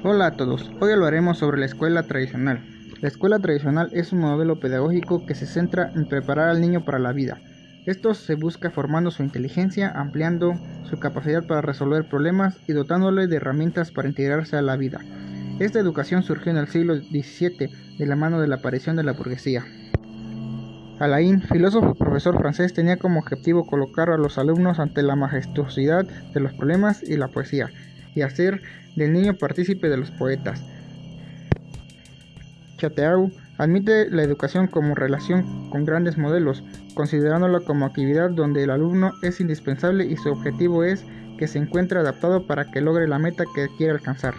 Hola a todos, hoy hablaremos sobre la escuela tradicional. La escuela tradicional es un modelo pedagógico que se centra en preparar al niño para la vida. Esto se busca formando su inteligencia, ampliando su capacidad para resolver problemas y dotándole de herramientas para integrarse a la vida. Esta educación surgió en el siglo XVII de la mano de la aparición de la burguesía. Alain, filósofo y profesor francés, tenía como objetivo colocar a los alumnos ante la majestuosidad de los problemas y la poesía, y hacer del niño partícipe de los poetas. Chateau admite la educación como relación con grandes modelos, considerándola como actividad donde el alumno es indispensable y su objetivo es que se encuentre adaptado para que logre la meta que quiere alcanzar.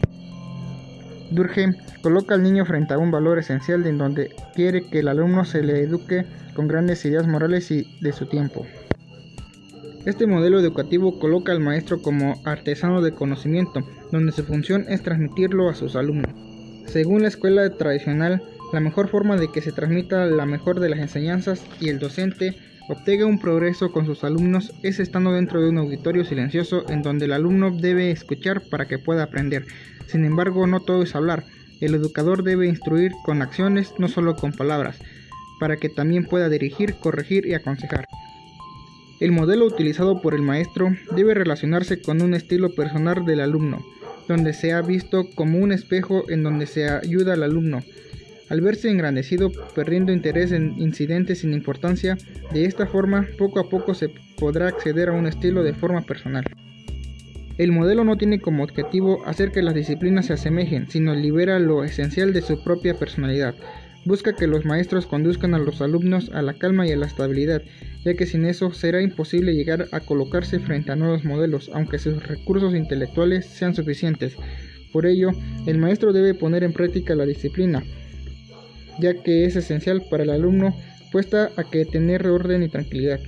Durkheim coloca al niño frente a un valor esencial en donde quiere que el alumno se le eduque con grandes ideas morales y de su tiempo. Este modelo educativo coloca al maestro como artesano de conocimiento, donde su función es transmitirlo a sus alumnos. Según la escuela tradicional, la mejor forma de que se transmita la mejor de las enseñanzas y el docente obtenga un progreso con sus alumnos es estando dentro de un auditorio silencioso en donde el alumno debe escuchar para que pueda aprender. Sin embargo, no todo es hablar. El educador debe instruir con acciones, no solo con palabras, para que también pueda dirigir, corregir y aconsejar. El modelo utilizado por el maestro debe relacionarse con un estilo personal del alumno, donde se ha visto como un espejo en donde se ayuda al alumno. Al verse engrandecido, perdiendo interés en incidentes sin importancia, de esta forma, poco a poco se podrá acceder a un estilo de forma personal. El modelo no tiene como objetivo hacer que las disciplinas se asemejen, sino libera lo esencial de su propia personalidad. Busca que los maestros conduzcan a los alumnos a la calma y a la estabilidad, ya que sin eso será imposible llegar a colocarse frente a nuevos modelos, aunque sus recursos intelectuales sean suficientes. Por ello, el maestro debe poner en práctica la disciplina, ya que es esencial para el alumno, puesta a que tener orden y tranquilidad.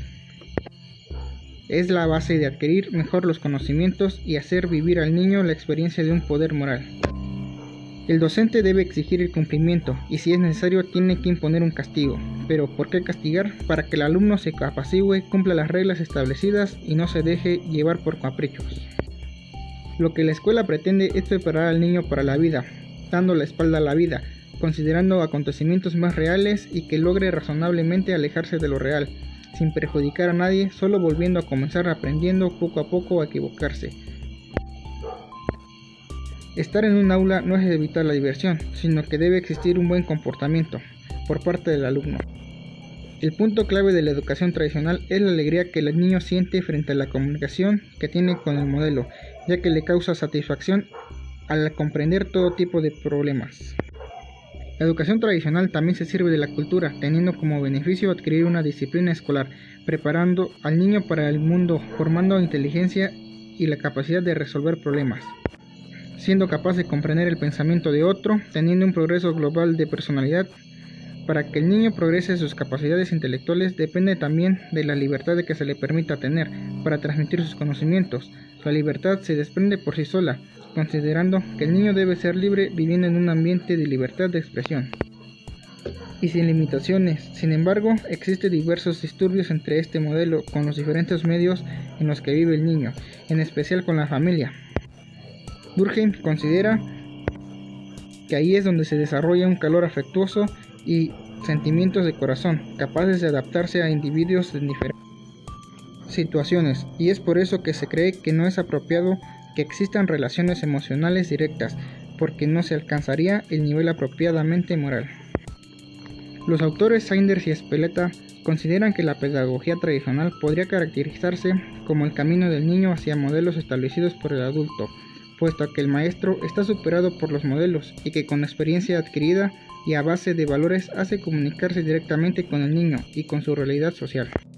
Es la base de adquirir mejor los conocimientos y hacer vivir al niño la experiencia de un poder moral. El docente debe exigir el cumplimiento y si es necesario tiene que imponer un castigo. Pero ¿por qué castigar? Para que el alumno se apacigüe, cumpla las reglas establecidas y no se deje llevar por caprichos. Lo que la escuela pretende es preparar al niño para la vida, dando la espalda a la vida, considerando acontecimientos más reales y que logre razonablemente alejarse de lo real, sin perjudicar a nadie, solo volviendo a comenzar aprendiendo poco a poco a equivocarse. Estar en un aula no es evitar la diversión, sino que debe existir un buen comportamiento por parte del alumno. El punto clave de la educación tradicional es la alegría que el niño siente frente a la comunicación que tiene con el modelo, ya que le causa satisfacción al comprender todo tipo de problemas. La educación tradicional también se sirve de la cultura, teniendo como beneficio adquirir una disciplina escolar, preparando al niño para el mundo, formando inteligencia y la capacidad de resolver problemas, siendo capaz de comprender el pensamiento de otro, teniendo un progreso global de personalidad. Para que el niño progrese sus capacidades intelectuales depende también de la libertad que se le permita tener para transmitir sus conocimientos. La libertad se desprende por sí sola, considerando que el niño debe ser libre viviendo en un ambiente de libertad de expresión y sin limitaciones. Sin embargo, existen diversos disturbios entre este modelo con los diferentes medios en los que vive el niño, en especial con la familia. Durkheim considera que ahí es donde se desarrolla un calor afectuoso y sentimientos de corazón, capaces de adaptarse a individuos en diferentes situaciones, y es por eso que se cree que no es apropiado que existan relaciones emocionales directas, porque no se alcanzaría el nivel apropiadamente moral. Los autores Sanders y Speleta consideran que la pedagogía tradicional podría caracterizarse como el camino del niño hacia modelos establecidos por el adulto, puesto que el maestro está superado por los modelos y que con experiencia adquirida y a base de valores hace comunicarse directamente con el niño y con su realidad social.